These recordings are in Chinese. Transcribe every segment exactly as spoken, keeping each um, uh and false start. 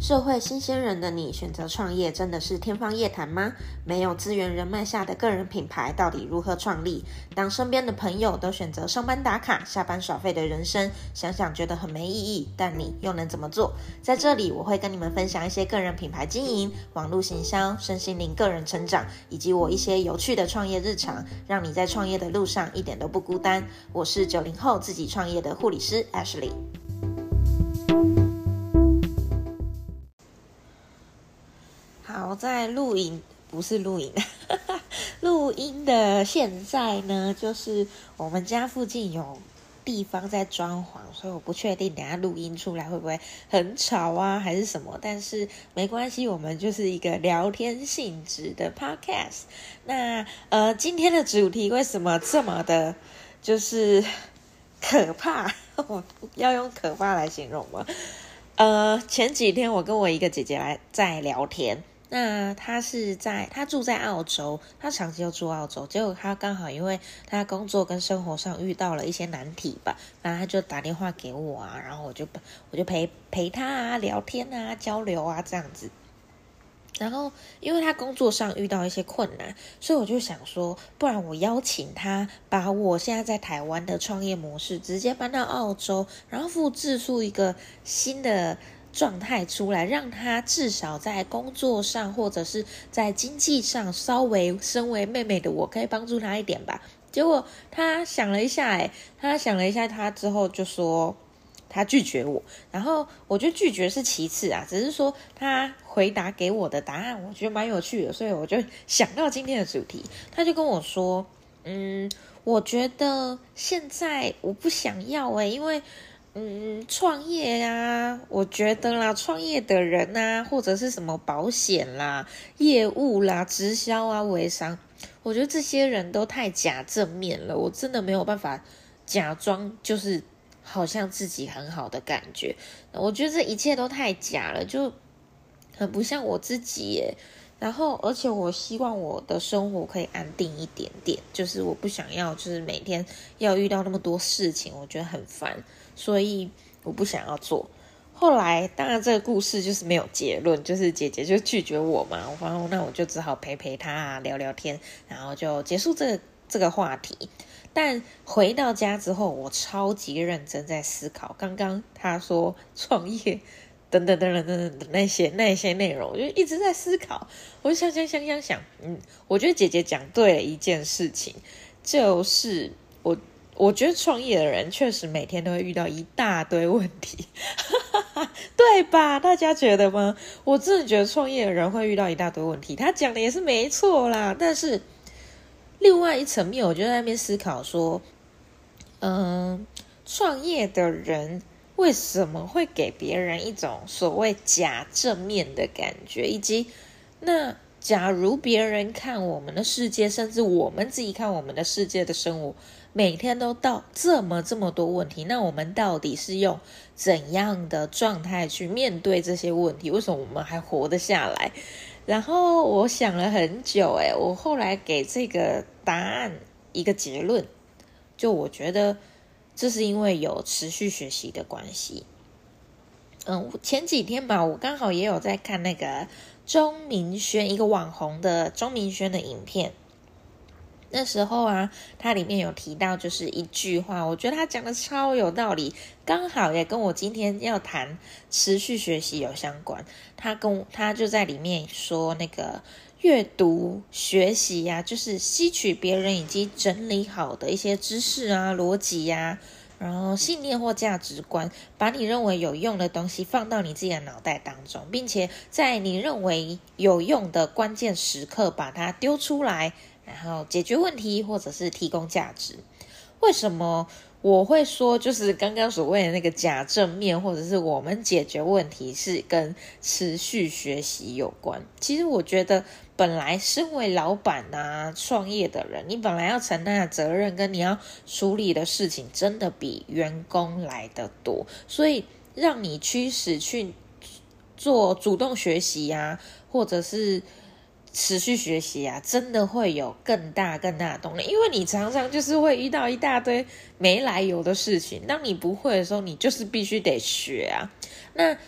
社会新鲜人的你选择创业真的是天方夜谭吗？没有资源人脉下的个人品牌到底如何创立？当身边的朋友都选择上班打卡、下班耍废的人生，想想觉得很没意义，但你又能怎么做？在这里我会跟你们分享一些个人品牌经营、网络行销、身心灵个人成长，以及我一些有趣的创业日常，让你在创业的路上一点都不孤单。我是九零后自己创业的护理师 Ashley。好，在录影不是录影录音的现在呢，就是我们家附近有地方在装潢，所以我不确定等一下录音出来会不会很吵啊还是什么，但是没关系，我们就是一个聊天性质的 podcast。 那呃，今天的主题为什么这么的就是可怕我要用可怕来形容吗？呃，前几天我跟我一个姐姐来在聊天，那他是在他住在澳洲，他长期就住澳洲，结果他刚好因为他工作跟生活上遇到了一些难题吧，然后他就打电话给我啊，然后我就我就陪陪他啊，聊天啊，交流啊这样子。然后因为他工作上遇到一些困难，所以我就想说，不然我邀请他把我现在在台湾的创业模式直接搬到澳洲，然后复制出一个新的状态出来，让他至少在工作上或者是在经济上稍微身为妹妹的我可以帮助他一点吧。结果他想了一下，诶他想了一下，他之后就说他拒绝我，然后我觉得拒绝是其次啊，只是说他回答给我的答案我觉得蛮有趣的，所以我就想到今天的主题。他就跟我说，嗯，我觉得现在我不想要诶、欸、因为嗯，创业啊，我觉得啦，创业的人啊，或者是什么保险啦、业务啦、直销啊、微商，我觉得这些人都太假正面了，我真的没有办法假装就是好像自己很好的感觉，我觉得这一切都太假了，就很不像我自己耶。然后而且我希望我的生活可以安定一点点，就是我不想要就是每天要遇到那么多事情，我觉得很烦，所以我不想要做。后来当然这个故事就是没有结论，就是姐姐就拒绝我嘛，然后那我就只好陪陪她啊，聊聊天，然后就结束这个这个话题。但回到家之后，我超级认真在思考刚刚他说创业等等等等等等的那些那些内容，我就一直在思考，我就想想想想想，嗯，我觉得姐姐讲对了一件事情，就是我我觉得创业的人确实每天都会遇到一大堆问题对吧？大家觉得吗？我真的觉得创业的人会遇到一大堆问题，他讲的也是没错啦，但是另外一层面，我就在那边思考说，嗯，创业的人为什么会给别人一种所谓假正面的感觉，以及那假如别人看我们的世界，甚至我们自己看我们的世界的生活，每天都到这么这么多问题，那我们到底是用怎样的状态去面对这些问题？为什么我们还活得下来？然后我想了很久，诶，我后来给这个答案一个结论，就我觉得这是因为有持续学习的关系。嗯，前几天吧，我刚好也有在看那个钟明轩，一个网红的钟明轩的影片。那时候啊，它里面有提到就是一句话，我觉得他讲的超有道理，刚好也跟我今天要谈持续学习有相关。他跟他就在里面说，那个阅读学习啊，就是吸取别人已经整理好的一些知识啊、逻辑啊，然后信念或价值观，把你认为有用的东西放到你自己的脑袋当中，并且在你认为有用的关键时刻把它丢出来，然后解决问题或者是提供价值。为什么我会说就是刚刚所谓的那个假正面，或者是我们解决问题是跟持续学习有关？其实我觉得本来身为老板啊，创业的人，你本来要承担的责任跟你要处理的事情真的比员工来得多，所以让你驱使去做主动学习啊，或者是持续学习啊，真的会有更大更大的动力，因为你常常就是会遇到一大堆没来由的事情，当你不会的时候，你就是必须得学啊。那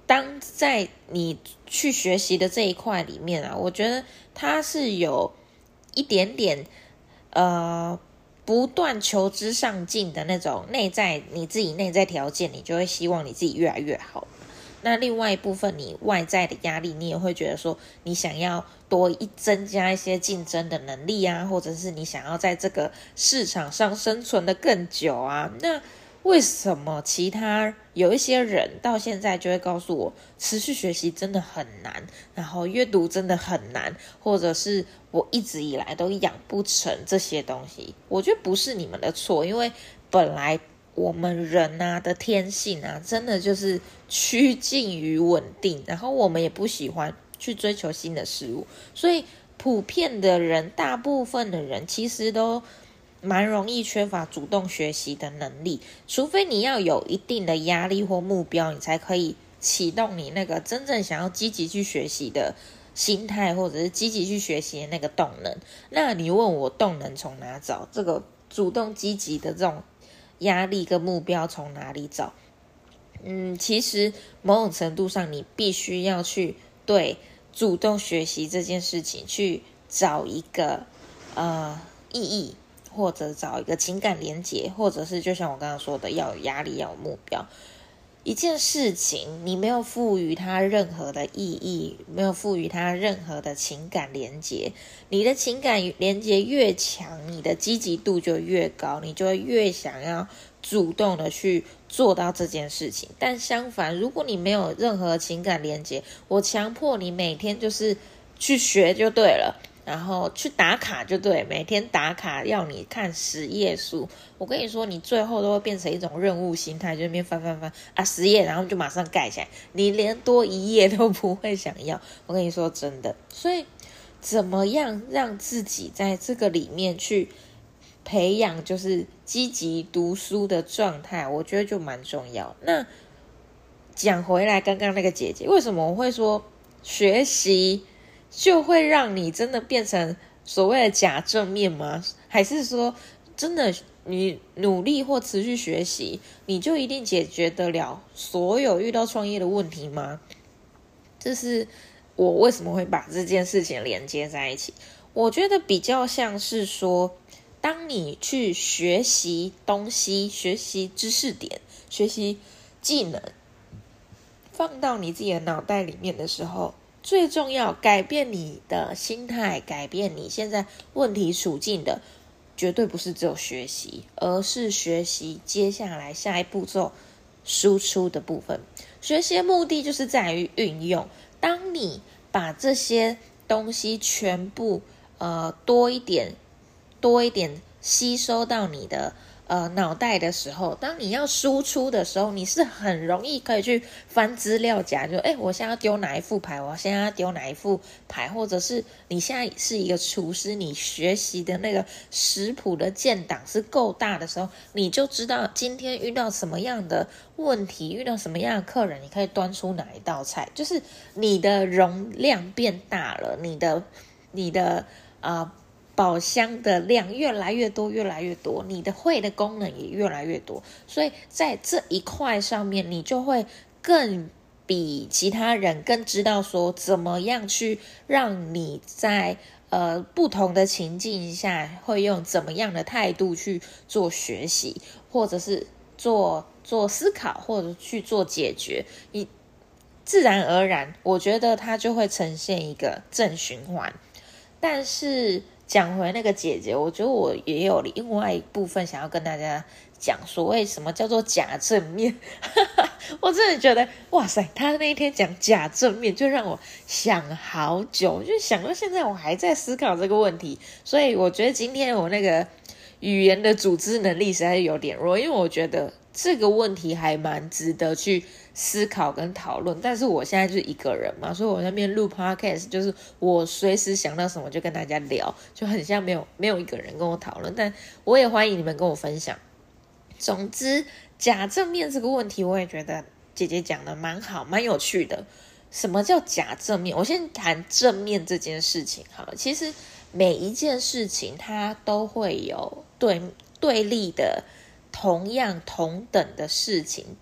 当在你去学习的这一块里面啊，我觉得它是有一点点呃不断求知上进的那种内在，你自己内在条件，你就会希望你自己越来越好。那另外一部分你外在的压力，你也会觉得说你想要多一增加一些竞争的能力啊，或者是你想要在这个市场上生存的更久啊。那为什么其他有一些人到现在就会告诉我，持续学习真的很难，然后阅读真的很难，或者是我一直以来都养不成这些东西？我觉得不是你们的错，因为本来我们人啊的天性啊，真的就是趋近于稳定，然后我们也不喜欢去追求新的事物，所以普遍的人，大部分的人其实都蛮容易缺乏主动学习的能力，除非你要有一定的压力或目标，你才可以启动你那个真正想要积极去学习的心态，或者是积极去学习的那个动能。那你问我动能从哪找？这个主动积极的这种压力跟目标从哪里找？嗯，其实某种程度上，你必须要去对主动学习这件事情去找一个呃意义，或者找一个情感连结，或者是就像我刚刚说的，要有压力，要有目标。一件事情你没有赋予它任何的意义，没有赋予它任何的情感连结，你的情感连结越强，你的积极度就越高，你就会越想要主动的去做到这件事情。但相反，如果你没有任何情感连结，我强迫你每天就是去学就对了，然后去打卡就对，每天打卡要你看十页书，我跟你说，你最后都会变成一种任务心态，就那边翻翻翻啊十页，然后就马上盖起来，你连多一页都不会想要。我跟你说真的，所以怎么样让自己在这个里面去培养就是积极读书的状态，我觉得就蛮重要。那讲回来，刚刚那个姐姐，为什么我会说学习就会让你真的变成所谓的假正面吗？还是说真的你努力或持续学习，你就一定解决得了所有遇到创业的问题吗？这是我为什么会把这件事情连接在一起。我觉得比较像是说，当你去学习东西，学习知识点，学习技能，放到你自己的脑袋里面的时候，最重要改变你的心态，改变你现在问题处境的，绝对不是只有学习，而是学习接下来下一步骤输出的部分。学习的目的就是在于运用，当你把这些东西全部呃多一点多一点吸收到你的呃脑袋的时候，当你要输出的时候，你是很容易可以去翻资料夹，就哎，我现在要丢哪一副牌，我现在要丢哪一副牌，或者是你现在是一个厨师，你学习的那个食谱的建档是够大的时候，你就知道今天遇到什么样的问题，遇到什么样的客人，你可以端出哪一道菜，就是你的容量变大了，你的你的啊。呃宝箱的量越来越多越来越多，你的会的功能也越来越多，所以在这一块上面，你就会更比其他人更知道说怎么样去让你在呃不同的情境下会用怎么样的态度去做学习，或者是做做思考，或者去做解决，你自然而然我觉得它就会呈现一个正循环。但是讲回那个姐姐，我觉得我也有另外一部分想要跟大家讲，所谓什么叫做假正面我真的觉得哇塞，他那一天讲假正面就让我想好久，就想到现在我还在思考这个问题，所以我觉得今天我那个语言的组织能力实在是有点弱，因为我觉得这个问题还蛮值得去思考跟讨论，但是我现在就是一个人嘛，所以我那边录 podcast 就是我随时想到什么就跟大家聊，就很像没有没有一个人跟我讨论，但我也欢迎你们跟我分享。总之，假正面这个问题，我也觉得姐姐讲的蛮好，蛮有趣的。什么叫假正面？我先谈正面这件事情好了。其实每一件事情它都会有对对立的同样同等的事情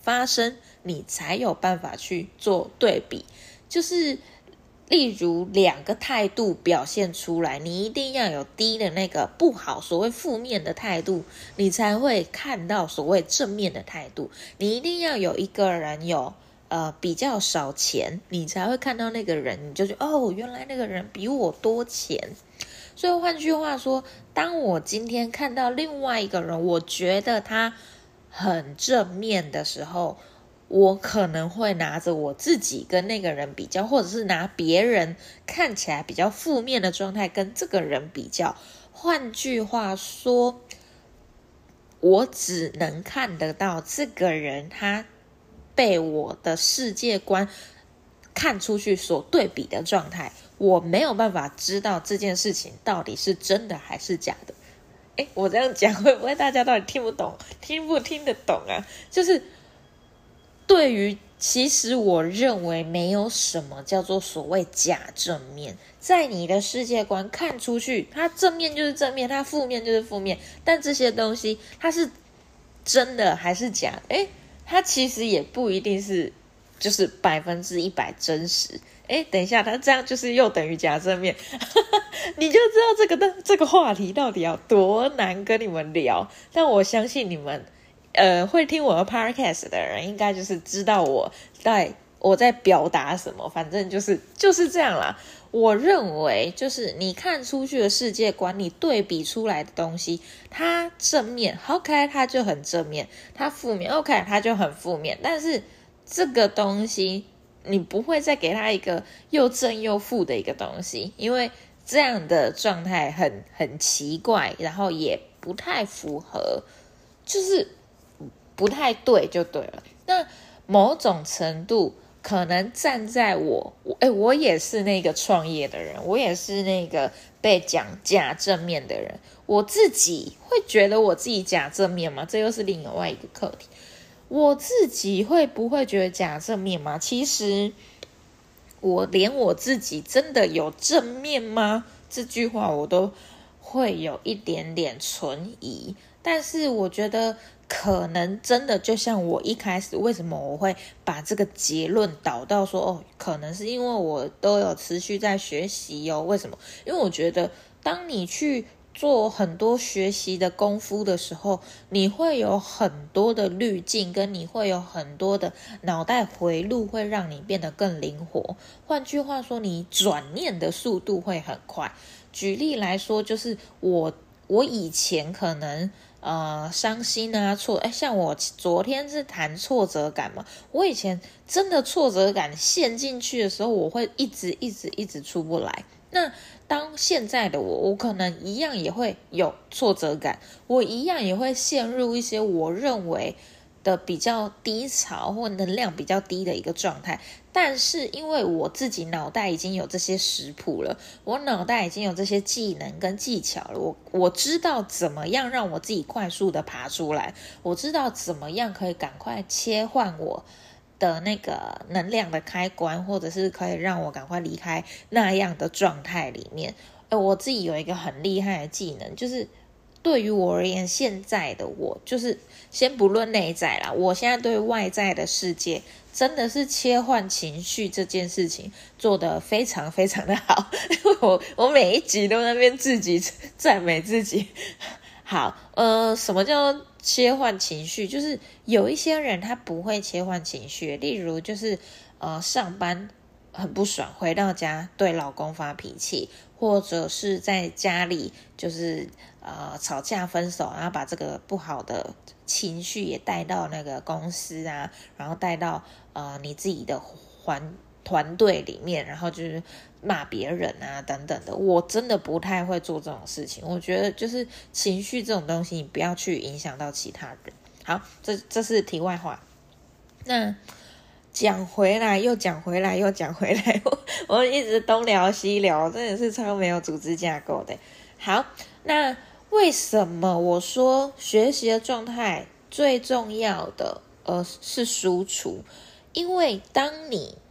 发生，你才有办法去做对比。就是例如两个态度表现出来，你一定要有低的那个不好，所谓负面的态度，你才会看到所谓正面的态度。你一定要有一个人有呃比较少钱，你才会看到那个人，你就觉得哦，原来那个人比我多钱。所以换句话说，当我今天看到另外一个人，我觉得他很正面的时候，我可能会拿着我自己跟那个人比较，或者是拿别人看起来比较负面的状态跟这个人比较。换句话说，我只能看得到这个人他被我的世界观看出去所对比的状态，我没有办法知道这件事情到底是真的还是假的。诶，我这样讲会不会大家到底听不懂，听不听得懂啊？就是对于其实我认为没有什么叫做所谓假正面，在你的世界观看出去，它正面就是正面，它负面就是负面，但这些东西它是真的还是假的？诶，它其实也不一定是就是百分之一百真实。诶，等一下，它这样就是又等于假正面你就知道这个的这个话题到底要多难跟你们聊。但我相信你们呃，会听我的 podcast 的人应该就是知道我在我在表达什么，反正就是就是这样啦。我认为就是你看出去的世界观，你对比出来的东西，它正面 OK 它就很正面，它负面 OK 它就很负面。但是这个东西你不会再给它一个又正又负的一个东西，因为这样的状态很很奇怪，然后也不太符合，就是不太对就对了。那某种程度可能站在我我诶我也是那个创业的人，我也是那个被讲假正面的人，我自己会觉得我自己假正面吗？这又是另外一个课题。我自己会不会觉得假正面吗？其实我连我自己真的有正面吗？这句话我都会有一点点存疑。但是我觉得可能真的就像我一开始为什么我会把这个结论导到说哦，可能是因为我都有持续在学习哦。为什么？因为我觉得当你去做很多学习的功夫的时候，你会有很多的滤镜，跟你会有很多的脑袋回路，会让你变得更灵活。换句话说，你转念的速度会很快。举例来说，就是我我以前可能呃伤心啊挫，哎，像我昨天是谈挫折感嘛，我以前真的挫折感陷进去的时候，我会一直一直一直出不来。那当现在的我，我可能一样也会有挫折感，我一样也会陷入一些我认为的比较低潮或能量比较低的一个状态。但是因为我自己脑袋已经有这些食谱了，我脑袋已经有这些技能跟技巧了，我我知道怎么样让我自己快速的爬出来，我知道怎么样可以赶快切换我的那个能量的开关，或者是可以让我赶快离开那样的状态里面。呃，我自己有一个很厉害的技能，就是对于我而言，现在的我就是先不论内在啦，我现在对外在的世界真的是切换情绪这件事情做得非常非常的好。因为我我每一集都在那边自己赞美自己。好，呃，什么叫切换情绪？就是有一些人他不会切换情绪，例如就是呃上班很不爽，回到家对老公发脾气，或者是在家里就是呃吵架分手，然后把这个不好的情绪也带到那个公司啊，然后带到呃你自己的环团队里面，然后就是骂别人啊等等的。我真的不太会做这种事情，我觉得就是情绪这种东西，你不要去影响到其他人。好，这这是题外话。那讲回来又讲回来又讲回来，我我一直东聊西聊，真的是超没有组织架构的。好，那为什么我说学习的状态最重要的呃是输出？因为当你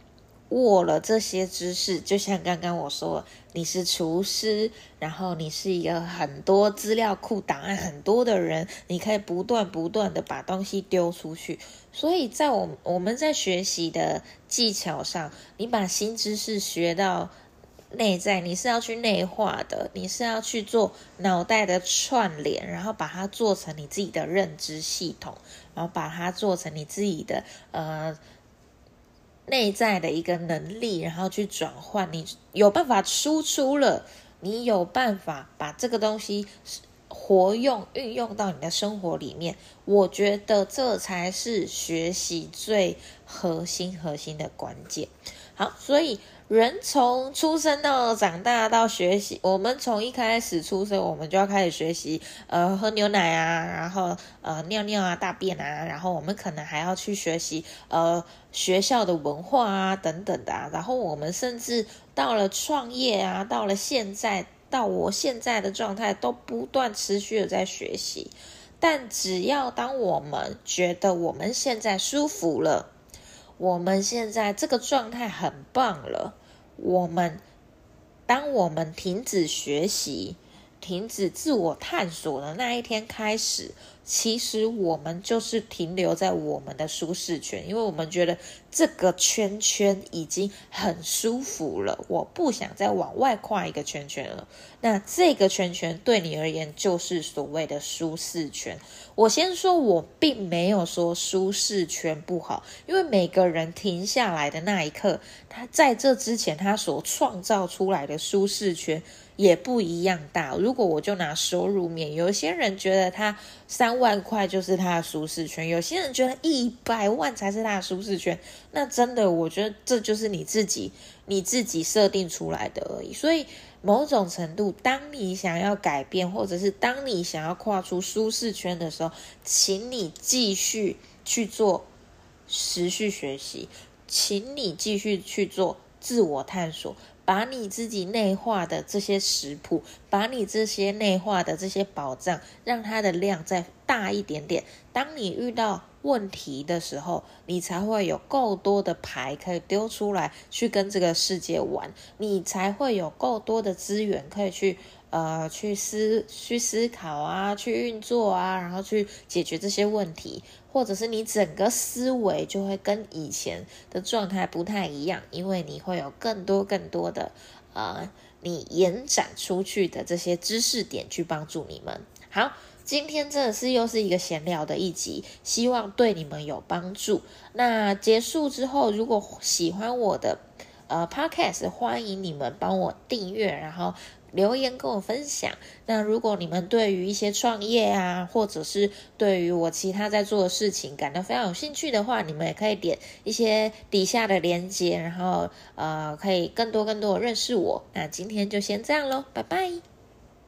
握了这些知识，就像刚刚我说，你是厨师，然后你是一个很多资料库档案很多的人，你可以不断不断的把东西丢出去。所以在我我们在学习的技巧上，你把新知识学到内在，你是要去内化的，你是要去做脑袋的串联，然后把它做成你自己的认知系统，然后把它做成你自己的呃内在的一个能力，然后去转换，你有办法输出了，你有办法把这个东西活用运用到你的生活里面，我觉得这才是学习最核心核心的关键。好，所以人从出生到长大到学习，我们从一开始出生我们就要开始学习呃喝牛奶啊，然后呃尿尿啊大便啊，然后我们可能还要去学习呃学校的文化啊等等的啊，然后我们甚至到了创业啊，到了现在到我现在的状态都不断持续的在学习。但只要当我们觉得我们现在舒服了，我们现在这个状态很棒了，我们当我们停止学习，停止自我探索的那一天开始，其实我们就是停留在我们的舒适圈，因为我们觉得这个圈圈已经很舒服了，我不想再往外跨一个圈圈了。那这个圈圈对你而言就是所谓的舒适圈。我先说，我并没有说舒适圈不好，因为每个人停下来的那一刻，他在这之前他所创造出来的舒适圈也不一样大。如果我就拿收入面，有些人觉得他三万块就是他的舒适圈，有些人觉得一百万才是他的舒适圈，那真的我觉得这就是你自己你自己设定出来的而已。所以某种程度，当你想要改变，或者是当你想要跨出舒适圈的时候，请你继续去做持续学习，请你继续去做自我探索，把你自己内化的这些食谱，把你这些内化的这些宝藏，让它的量再大一点点。当你遇到问题的时候，你才会有够多的牌可以丢出来去跟这个世界玩，你才会有够多的资源可以去呃去思去思考啊，去运作啊，然后去解决这些问题，或者是你整个思维就会跟以前的状态不太一样，因为你会有更多更多的呃你延展出去的这些知识点去帮助你们。好，今天真的是又是一个闲聊的一集，希望对你们有帮助。那结束之后，如果喜欢我的呃 podcast， 欢迎你们帮我订阅，然后留言跟我分享。那如果你们对于一些创业啊，或者是对于我其他在做的事情感到非常有兴趣的话，你们也可以点一些底下的连结，然后呃可以更多更多的认识我。那今天就先这样咯，拜拜。